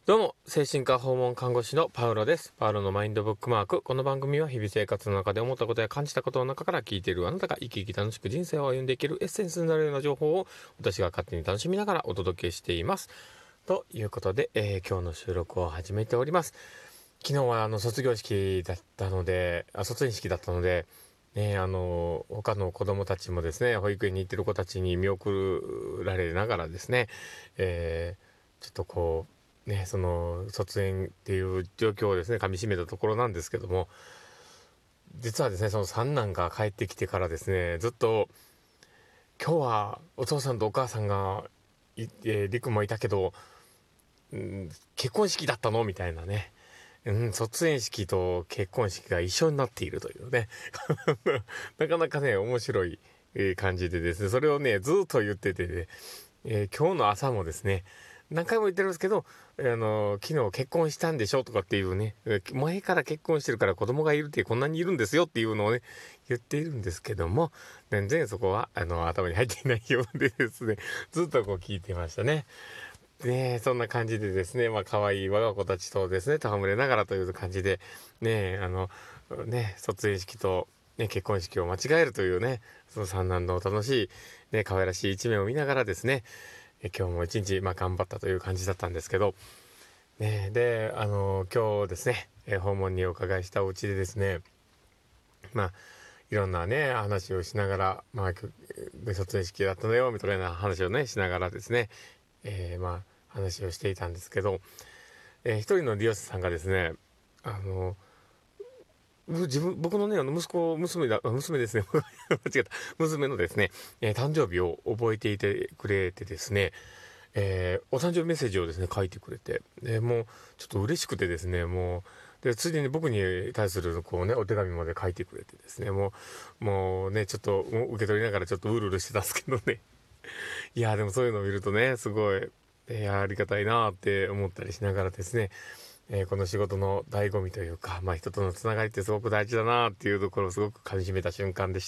どうも、精神科訪問看護師のパウロです。パウロのマインドブックマーク。この番組は日々生活の中で思ったことや感じたことの中から聞いているあなたが生き生き楽しく人生を歩んでいけるエッセンスになるような情報を私が勝手に楽しみながらお届けしています。ということで、今日の収録を始めております。昨日は卒業式だったので、卒園式だったので、他の子供たちもですね、保育園に行ってる子たちに見送られながらですね、ちょっとこう、その卒園っていう状況をですね、かみしめたところなんですけども、実はですね、その三男が帰ってきてからですね、ずっと、今日はお父さんとお母さんがりくもいたけど、結婚式だったのみたいなね。卒園式と結婚式が一緒になっているというね。なかなかね、面白い感じでですね、それをね、ずっと言っててね、今日の朝もですね、何回も言ってるんですけど、昨日結婚したんでしょとかっていうね、前から結婚してるから子供がいるってこんなにいるんですよっていうのをね、言っているんですけども、全然そこは、頭に入っていないようでですね、ずっとこう聞いてましたね。ねえ、そんな感じでですね、可愛い我が子たちとですね、戯れながらという感じで、ねえ、卒園式と、ね、結婚式を間違えるというね、その三男の楽しい、ね、可愛らしい一面を見ながらですね、今日も一日、頑張ったという感じだったんですけど、ね、で、今日ですね、訪問にお伺いしたお家でですね、いろんなね、話をしながら、卒園式だったのよ、みたいな話をね、しながらですね、話をしていたんですけど、一人の利用者さんがですね、あの、僕のね、娘ですね、間違った、娘のですね、誕生日を覚えていてくれてですね、お誕生日メッセージをですね、書いてくれて、もう、ちょっと嬉しくてですね、もう、で、ついでに僕に対する、こうね、お手紙まで書いてくれてですね、もうね、ちょっと、受け取りながらちょっとうるうるしてたんですけどね。いや、でもそういうのを見るとね、すごい、ありがたいなって思ったりしながらですね、この仕事の醍醐味というか、人とのつながりってすごく大事だなっていうところをすごく感じめた瞬間でした。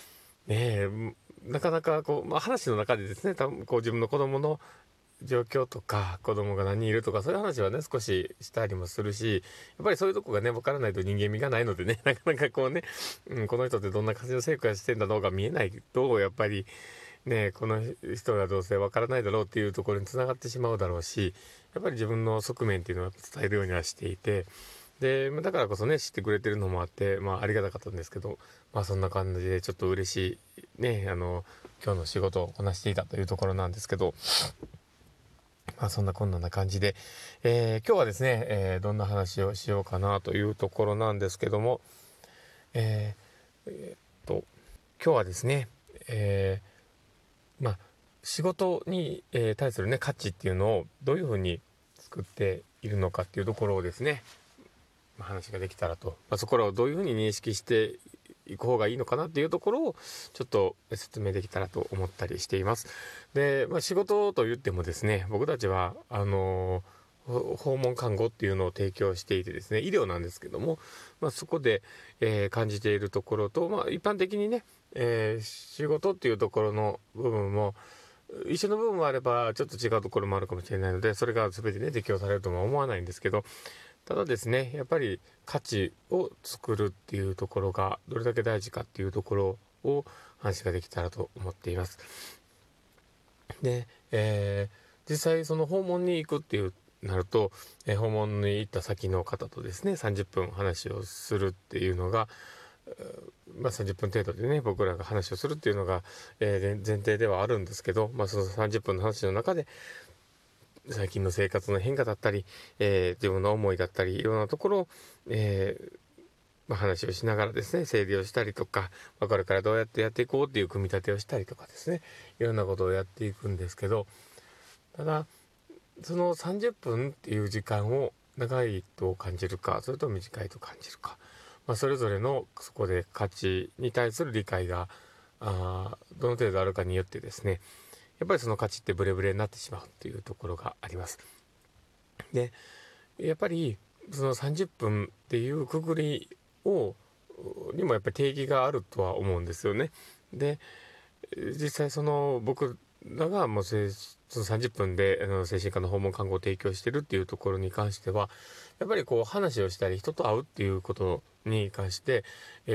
なかなかこう、話の中でですね、こう自分の子供の状況とか、子供が何人いるとか、そういう話はね、少ししたりもするし、やっぱりそういうとこがね、分からないと人間味がないのでね、なかなかこうね、この人ってどんな感じの生活してんだろうが見えないと、やっぱり、ね、この人がどうせわからないだろうっていうところにつながってしまうだろうし、やっぱり自分の側面っていうのは伝えるようにはしていて、で、だからこそね、知ってくれてるのもあって、ありがたかったんですけど、そんな感じでちょっと嬉しい、ね、今日の仕事をこなしていたというところなんですけど、そんなこんな感じで、今日はですね、どんな話をしようかなというところなんですけども、えーえーっと、今日はですね、仕事に、対するね、価値っていうのをどういうふうに作っているのかっていうところをですね、話ができたらと、そこらをどういうふうに認識していく方がいいのかなっていうところをちょっと説明できたらと思ったりしています。で、仕事と言ってもですね、僕たちは訪問看護っていうのを提供していてですね、医療なんですけども、そこで、感じているところと、一般的にね、仕事っていうところの部分も一緒の部分もあればちょっと違うところもあるかもしれないので、それが全てね適用されるとは思わないんですけど、ただですね、やっぱり価値を作るっていうところがどれだけ大事かっていうところを話ができたらと思っています。で、実際その訪問に行くっていうなると、訪問に行った先の方とですね30分話をするっていうのが、30分程度でね僕らが話をするっていうのが、前提ではあるんですけど、その30分の話の中で最近の生活の変化だったり、自分の思いだったりいろんなところを、話をしながらですね整理をしたりとか、これからどうやってやっていこうっていう組み立てをしたりとかですね、いろんなことをやっていくんですけど、ただその30分っていう時間を長いと感じるか、それとも短いと感じるか、それぞれのそこで価値に対する理解がどの程度あるかによってですね、やっぱりその価値ってブレブレになってしまうっていうところがあります。で、やっぱりその30分っていうくくりにもやっぱり定義があるとは思うんですよね。で、実際その僕らがもう接しその30分で精神科の訪問看護を提供してるっていうところに関しては、やっぱりこう話をしたり人と会うっていうことに関して、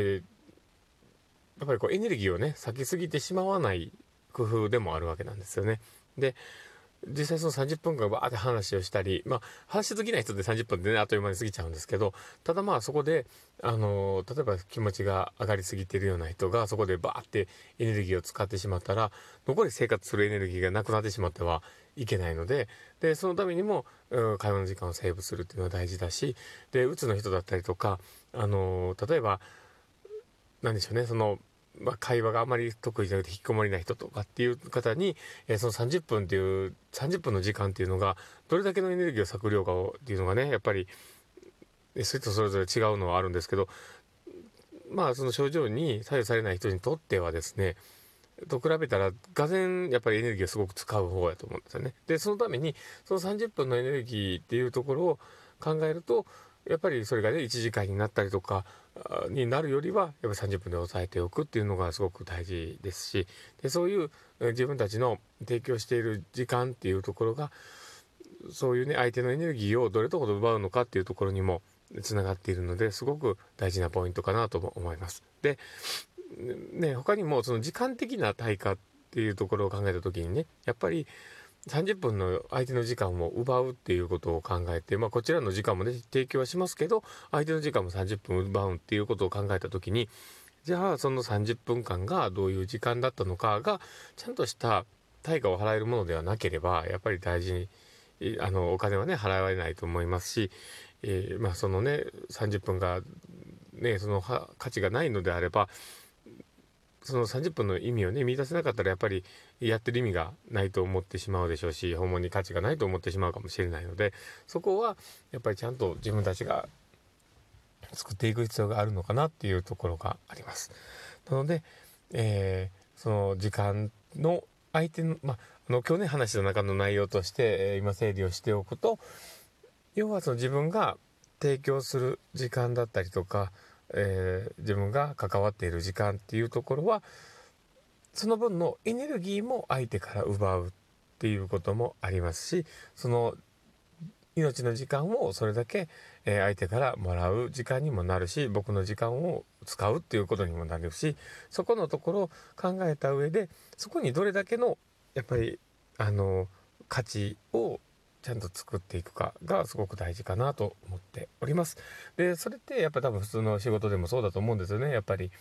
やっぱりこうエネルギーをね割きすぎてしまわない工夫でもあるわけなんですよね。で、実際その30分間バーって話をしたり、話し好きな人で30分でねあっという間に過ぎちゃうんですけど、ただそこで例えば気持ちが上がりすぎているような人がそこでバーってエネルギーを使ってしまったら、残り生活するエネルギーがなくなってしまってはいけないので、そのためにも、会話の時間をセーブするっていうのは大事だし、でうつの人だったりとか、例えばなんでしょうね、会話があまり得意じゃなくて引きこもりな人とかっていう方に、その30分っていう30分の時間っていうのがどれだけのエネルギーを割く量かっていうのがね、やっぱりそれとそれぞれ違うのはあるんですけど、その症状に左右されない人にとってはですね、と比べたらがぜやっぱりエネルギーをすごく使う方やと思うんですよね。でそのためにその30分のエネルギーっていうところを考えると、やっぱりそれがね1時間になったりとかになるよりはやっぱり30分で抑えておくっていうのがすごく大事ですし、でそういう自分たちの提供している時間っていうところが、そういうね相手のエネルギーをどれほど奪うのかっていうところにもつながっているので、すごく大事なポイントかなとも思います。で他にもその時間的な対価っていうところを考えた時にね、やっぱり30分の相手の時間を奪うっていうことを考えて、こちらの時間もね提供はしますけど、相手の時間も30分奪うっていうことを考えた時に、じゃあその30分間がどういう時間だったのかがちゃんとした対価を払えるものではなければ、やっぱり大事にお金はね払われないと思いますし、そのね30分がねその価値がないのであれば、その30分の意味をね見出せなかったら、やっぱりやってる意味がないと思ってしまうでしょうし、訪問に価値がないと思ってしまうかもしれないので、そこはやっぱりちゃんと自分たちが作っていく必要があるのかなっていうところがあります。なので、その時間の相手の、今日ね話の中の内容として、今整理をしておくと、要はその自分が提供する時間だったりとか、自分が関わっている時間っていうところは、その分のエネルギーも相手から奪うっていうこともありますし、その命の時間をそれだけ相手からもらう時間にもなるし、僕の時間を使うっていうことにもなるし、そこのところを考えた上で、そこにどれだけのやっぱり価値をちゃんと作っていくかがすごく大事かなと思っております。でそれってやっぱ多分普通の仕事でもそうだと思うんですよね。やっぱり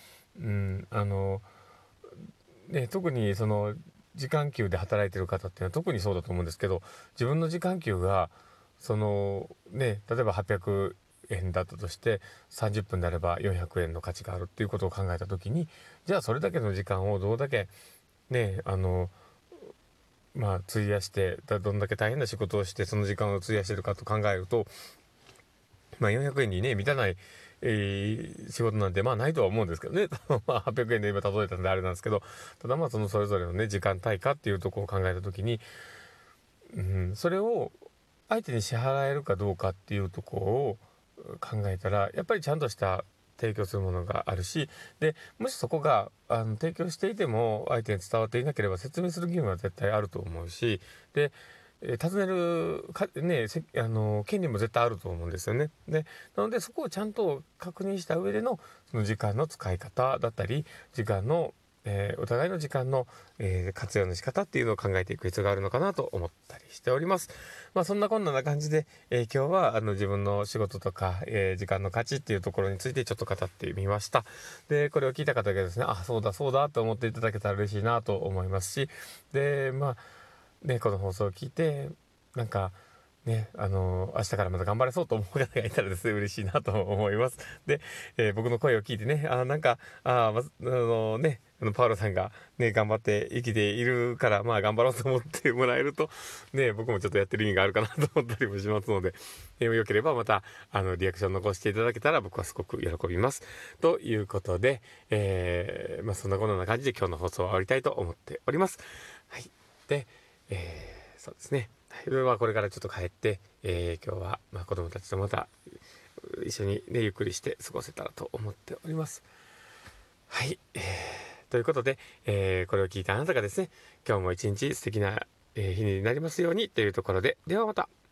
特にその時間給で働いてる方っていうのは特にそうだと思うんですけど、自分の時間給が例えば800円だったとして30分であれば400円の価値があるっていうことを考えた時に、じゃあそれだけの時間をどれだけね費やして、どんだけ大変な仕事をしてその時間を費やしてるかと考えると、400円にね満たない、仕事なんてないとは思うんですけどね800円で今例えたんであれなんですけど、ただそのそれぞれのね時間対価っていうところを考えた時に、それを相手に支払えるかどうかっていうところを考えたら、やっぱりちゃんとした提供するものがあるし、でもしそこが提供していても相手に伝わっていなければ説明する義務は絶対あると思うし、で尋ねる権利も絶対あると思うんですよね。でなのでそこをちゃんと確認した上でのその時間の使い方だったり、時間のお互いの時間の、活用の仕方っていうのを考えていく必要があるのかなと思ったりしております。そんなこんな感じで、今日は自分の仕事とか、時間の価値っていうところについてちょっと語ってみました。でこれを聞いた方がですね、そうだそうだと思っていただけたら嬉しいなと思いますし、でこの放送を聞いて明日からまた頑張れそうと思う方がいたらですね、嬉しいなと思います。で、僕の声を聞いてね、パウロさんがね頑張って生きているから、頑張ろうと思ってもらえるとね、僕もちょっとやってる意味があるかなと思ったりもしますので、よければまたリアクション残していただけたら僕はすごく喜びます。ということで、そんなこんな感じで今日の放送は終わりたいと思っております。はい。で、そうですね。これからちょっと帰って、今日は子供たちとまた一緒にねゆっくりして過ごせたらと思っております。はい、ということで、これを聞いたあなたがですね、今日も一日素敵な日になりますようにというところで、ではまた。